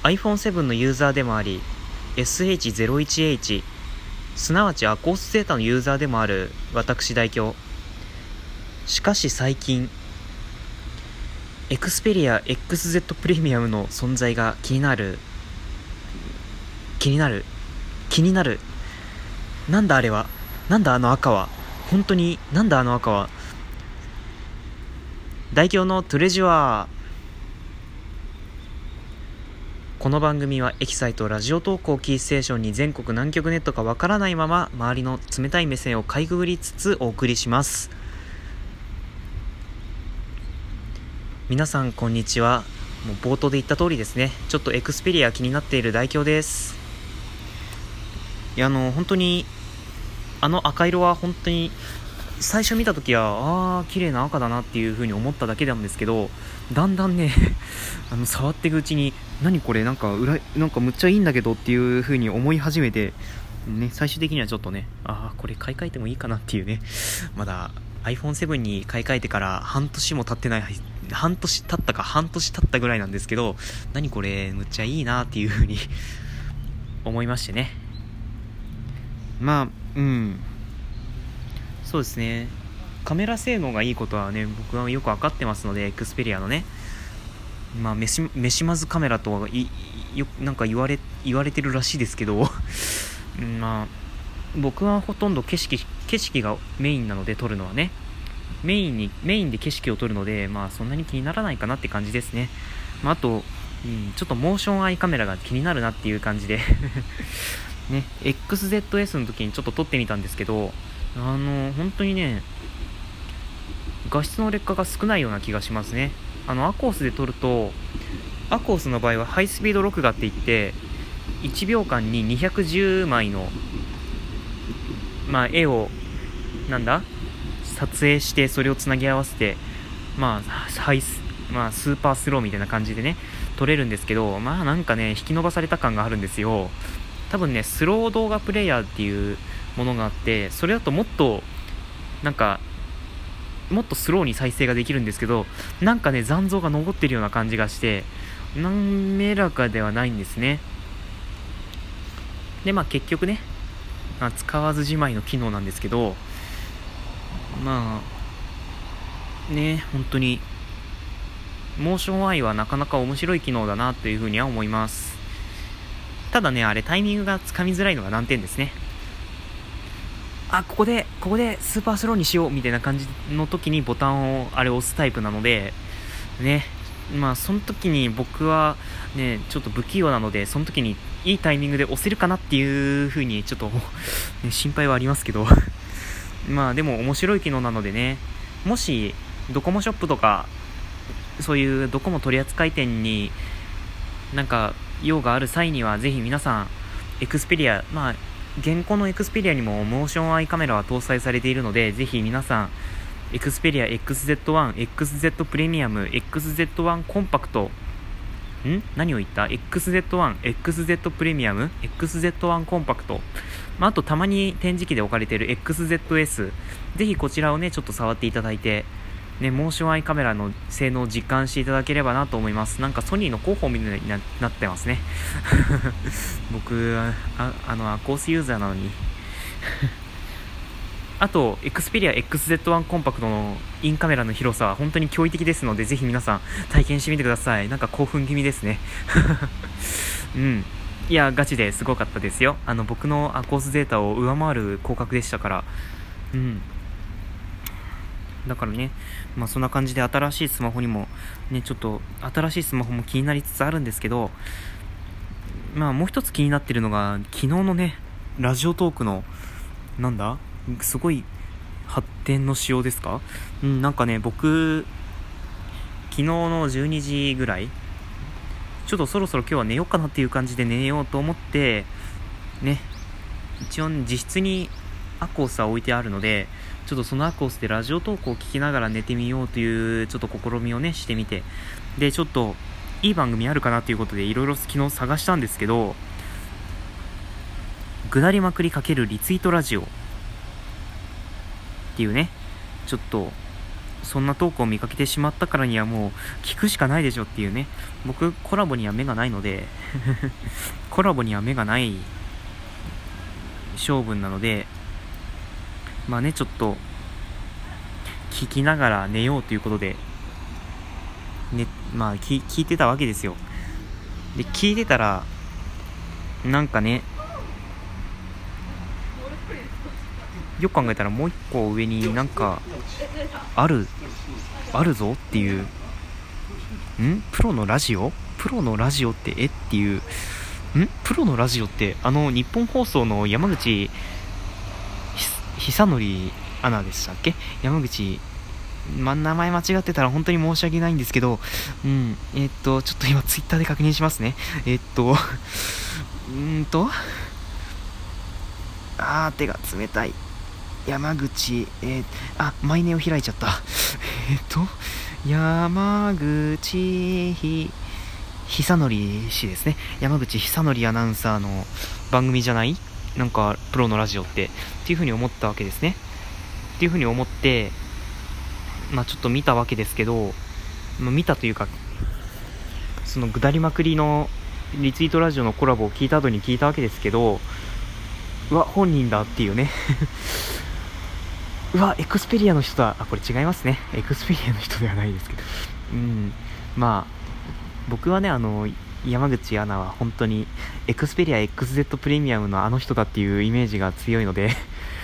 iPhone7 のユーザーでもあり SH01H すなわちアコースゼータのユーザーでもある私代表。しかし最近エクスペリア XZ プレミアムの存在が気になる。なんだあれは、なんだあの赤は、本当になんだあの赤は。代表のトゥレジュアー。この番組はエキサイトラジオ投稿キーステーションに全国何局ネットかわからないまま周りの冷たい目線をかいくぐりつつお送りします。皆さんこんにちは。もう冒頭で言った通りですね、ちょっとエクスペリア気になっている代表です。いや本当にあの赤色は本当に最初見た時は綺麗な赤だなっていう風に思っただけなんですけど、だんだんね触っていくうちに何これなんかむっちゃいいんだけどっていう風に思い始めてね、最終的にはちょっとねこれ買い替えてもいいかなっていうね、まだ iPhone7 に買い替えてから半年も経ってない、半年経ったぐらいなんですけど、何これむっちゃいいなっていう風に思いましてね。そうですね、カメラ性能がいいことはね僕はよく分かってますので、エクスペリアのねメシマズカメラとなんか言われてるらしいですけど僕はほとんど景色がメインなので撮るのはね、メインで景色を撮るのでそんなに気にならないかなって感じですね。あと、ちょっとモーションアイカメラが気になるなっていう感じでね、XZS の時にちょっと撮ってみたんですけど、本当にね画質の劣化が少ないような気がしますね。アコースで撮ると、アコースの場合はハイスピード録画って言って1秒間に210枚の絵を撮影して、それをつなぎ合わせてスーパースローみたいな感じでね撮れるんですけど、なんかね引き伸ばされた感があるんですよ。多分ねスロー動画プレイヤーっていうものがあって、それだともっとスローに再生ができるんですけど、なんかね残像が残ってるような感じがして滑らかではないんですね。で結局ね使わずじまいの機能なんですけど、本当にモーションアイはなかなか面白い機能だなというふうには思います。ただね、あれタイミングがつかみづらいのが難点ですね。ここでスーパースローにしようみたいな感じの時にボタンを押すタイプなのでね、その時に僕はねちょっと不器用なので、その時にいいタイミングで押せるかなっていう風にちょっと、心配はありますけどでも面白い機能なのでね、もしドコモショップとかそういうドコモ取扱店に用がある際にはぜひ皆さんエクスペリア、現行のエクスペリアにもモーションアイカメラは搭載されているので、ぜひ皆さんエクスペリア XZ1、XZ プレミアム、XZ1 コンパクト何を言った XZ1、XZ プレミアム、XZ1 コンパクト、あとたまに展示機で置かれている XZS、 ぜひこちらをねちょっと触っていただいてね、モーションアイカメラの性能を実感していただければなと思います。ソニーの広報みたいになってますね僕アコースユーザーなのにあとエクスペリア XZ1 コンパクトのインカメラの広さは本当に驚異的ですので、ぜひ皆さん体験してみてください。興奮気味ですねいやガチですごかったですよ。僕のアコースデータを上回る広角でしたからだからね、そんな感じで新しいスマホにもね、ちょっと新しいスマホも気になりつつあるんですけど、もう一つ気になってるのが昨日のねラジオトークのすごい発展の仕様ですか。僕昨日の12時ぐらいちょっとそろそろ今日は寝ようかなっていう感じで寝ようと思ってね、一応自室にアコースは置いてあるので、ちょっとそのアコースでラジオトークを聞きながら寝てみようというちょっと試みをねしてみて、でちょっといい番組あるかなということでいろいろ昨日探したんですけど、ぐだりまくり×リツイートラジオっていうね、ちょっとそんなトークを見かけてしまったからにはもう聞くしかないでしょっていうね。僕コラボには目がないのでコラボには目がない性分なので、まあね、ちょっと聞きながら寝ようということでね、まあ聞いてたわけですよ。で聞いてたらなんかね、よく考えたらもう一個上になんかあるぞっていう、プロのラジオってっていう、プロのラジオって日本放送の山口久典アナでしたっけ。山口、名前間違ってたら本当に申し訳ないんですけど、ちょっと今ツイッターで確認しますね。手が冷たい。山口、マイネを開いちゃった山口久典氏ですね。山口久典アナウンサーの番組じゃない、なんかプロのラジオっていう風に思ったわけですね。っていう風に思って、ちょっと見たわけですけど、見たというか、その下りまくりのリツイートラジオのコラボを聞いた後に聞いたわけですけど、うわ、本人だっていうねうわ、エクスペリアの人だ。これ違いますね。エクスペリアの人ではないですけど、僕はね、山口アナは本当にエクスペリア XZ プレミアムの人だっていうイメージが強いので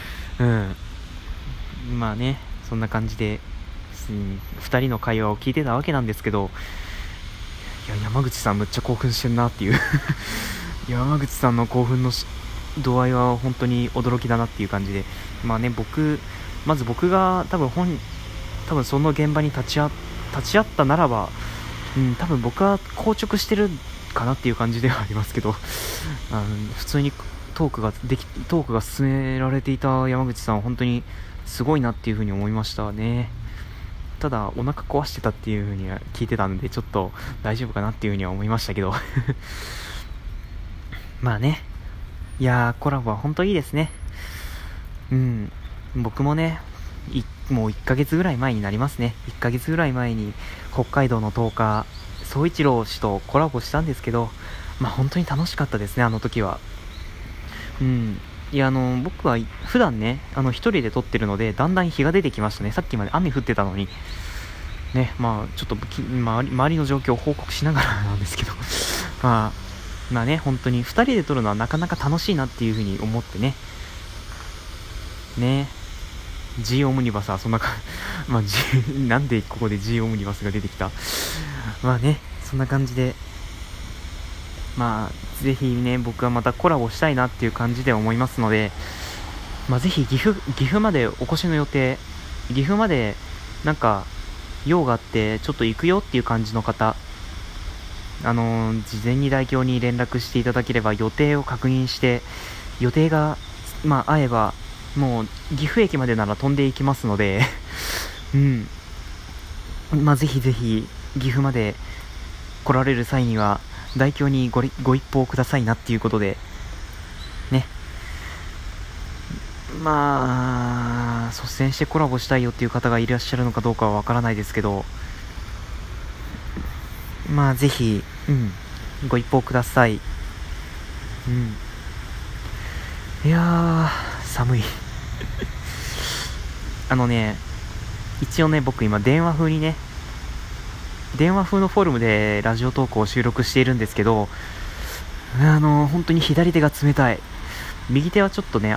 まあね、そんな感じで、2人の会話を聞いてたわけなんですけど、いや、山口さんむっちゃ興奮してんなっていう山口さんの興奮の度合いは本当に驚きだなっていう感じで、まず僕が多分その現場に立ち会ったならば、多分僕は硬直してるかなっていう感じではありますけど普通にトークが進められていた山口さんは本当にすごいなっていう風に思いましたね。ただお腹壊してたっていう風には聞いてたんで、ちょっと大丈夫かなっていう風には思いましたけどまあね、いやー、コラボは本当いいですね。僕もね、もう1ヶ月ぐらい前になりますね。1ヶ月ぐらい前に北海道の10日総一郎氏とコラボしたんですけど、本当に楽しかったですね、あの時は。いや、僕は普段ね、一人で撮ってるので、だんだん日が出てきましたね。さっきまで雨降ってたのにね。ちょっと周りの状況を報告しながらなんですけどね、本当に2人で撮るのはなかなか楽しいなっていう風に思ってね。G オムニバスはそんななんでここで G オムニバスが出てきた。そんな感じで、ぜひね、僕はまたコラボしたいなっていう感じで思いますので、ぜひ岐阜までお越しの予定、岐阜までなんか用があってちょっと行くよっていう感じの方、事前に代表に連絡していただければ予定を確認して、予定が合えばもう岐阜駅までなら飛んでいきますのでぜひぜひ岐阜まで来られる際には代表にご一報くださいなっていうことでね。率先してコラボしたいよっていう方がいらっしゃるのかどうかはわからないですけど、ぜひご一報ください。いやー、寒い一応ね、僕今電話風のフォルムでラジオトークを収録しているんですけど、本当に左手が冷たい。右手はちょっとね、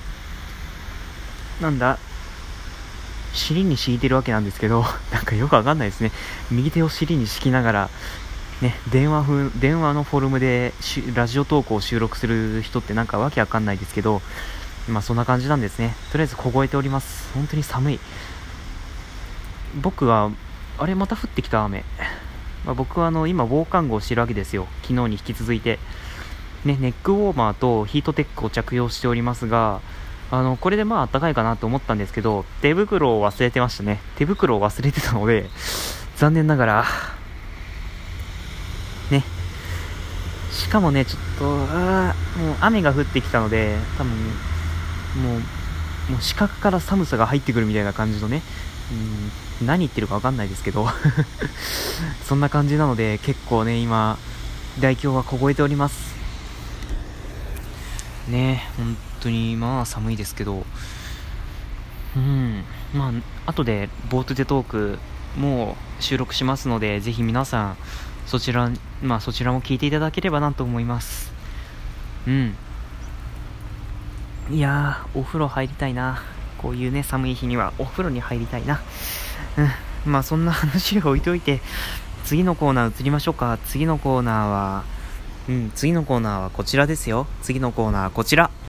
尻に敷いてるわけなんですけどなんかよくわかんないですね。右手を尻に敷きながらね、電話のフォルムでラジオトークを収録する人ってなんかわけわかんないですけど、そんな感じなんですね。とりあえず凍えております。本当に寒い。僕はまた降ってきた雨。僕は今防寒具をしているわけですよ。昨日に引き続いてね、ネックウォーマーとヒートテックを着用しておりますが、これで暖かいかなと思ったんですけど、手袋を忘れてましたね。手袋を忘れてたので残念ながらね。しかもね、ちょっともう雨が降ってきたので、多分もう視覚から寒さが入ってくるみたいな感じのね、 何言ってるか分かんないですけどそんな感じなので、結構ね今大凶は凍えておりますね。本当にまあ寒いですけど、まあ後でボートでトークもう収録しますので、ぜひ皆さんそちらも聞いていただければなと思います。いやー、お風呂入りたいな。こういうね寒い日にはお風呂に入りたいな。まあそんな話を置いといて、次のコーナー移りましょうか。次のコーナーはこちらですよ。次のコーナーはこちら。